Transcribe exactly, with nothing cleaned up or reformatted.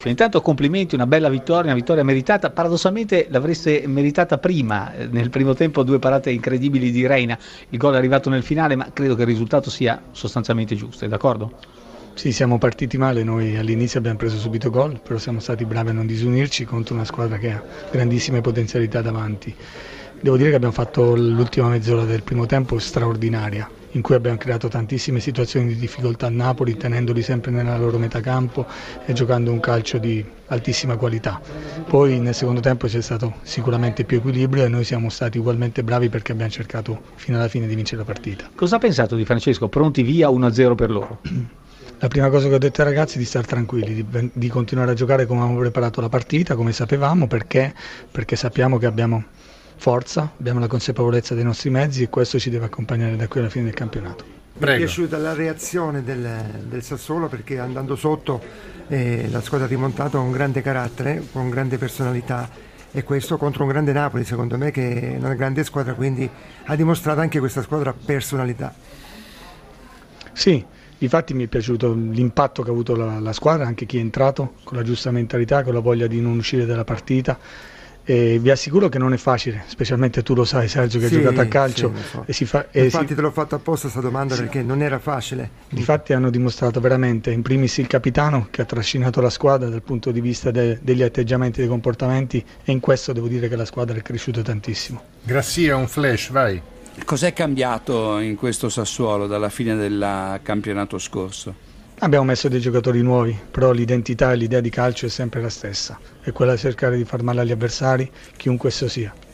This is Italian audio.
Intanto complimenti, una bella vittoria, una vittoria meritata, paradossalmente l'avreste meritata prima, nel primo tempo due parate incredibili di Reina, il gol è arrivato nel finale, ma credo che il risultato sia sostanzialmente giusto, è d'accordo? Sì, siamo partiti male, noi all'inizio abbiamo preso subito gol, però siamo stati bravi a non disunirci contro una squadra che ha grandissime potenzialità davanti. Devo dire che abbiamo fatto l'ultima mezz'ora del primo tempo straordinaria, in cui abbiamo creato tantissime situazioni di difficoltà a Napoli, tenendoli sempre nella loro metà campo e giocando un calcio di altissima qualità. Poi nel secondo tempo c'è stato sicuramente più equilibrio e noi siamo stati ugualmente bravi perché abbiamo cercato fino alla fine di vincere la partita. Cosa ha pensato Di Francesco? Pronti via uno a zero per loro? La prima cosa che ho detto ai ragazzi è di stare tranquilli, di, di continuare a giocare come abbiamo preparato la partita, come sapevamo, perché, perché sappiamo che abbiamo forza, abbiamo la consapevolezza dei nostri mezzi e questo ci deve accompagnare da qui alla fine del campionato. Mi è piaciuta la reazione del, del Sassuolo perché andando sotto eh, la squadra ha rimontato con grande carattere, con grande personalità e questo contro un grande Napoli secondo me che è una grande squadra, quindi ha dimostrato anche questa squadra personalità. Sì, infatti mi è piaciuto l'impatto che ha avuto la, la squadra, anche chi è entrato con la giusta mentalità, con la voglia di non uscire dalla partita. E vi assicuro che non è facile, specialmente tu lo sai Sergio che sì, hai giocato a calcio sì, so. e si fa, e infatti si, te l'ho fatto apposta questa domanda sì. Perché non era facile. Difatti hanno dimostrato veramente, in primis il capitano che ha trascinato la squadra dal punto di vista de, degli atteggiamenti e dei comportamenti e in questo devo dire che la squadra è cresciuta tantissimo. Grassia, un flash, vai. Cos'è cambiato in questo Sassuolo dalla fine del campionato scorso? Abbiamo messo dei giocatori nuovi, però l'identità e l'idea di calcio è sempre la stessa, è quella di cercare di far male agli avversari, chiunque esso sia.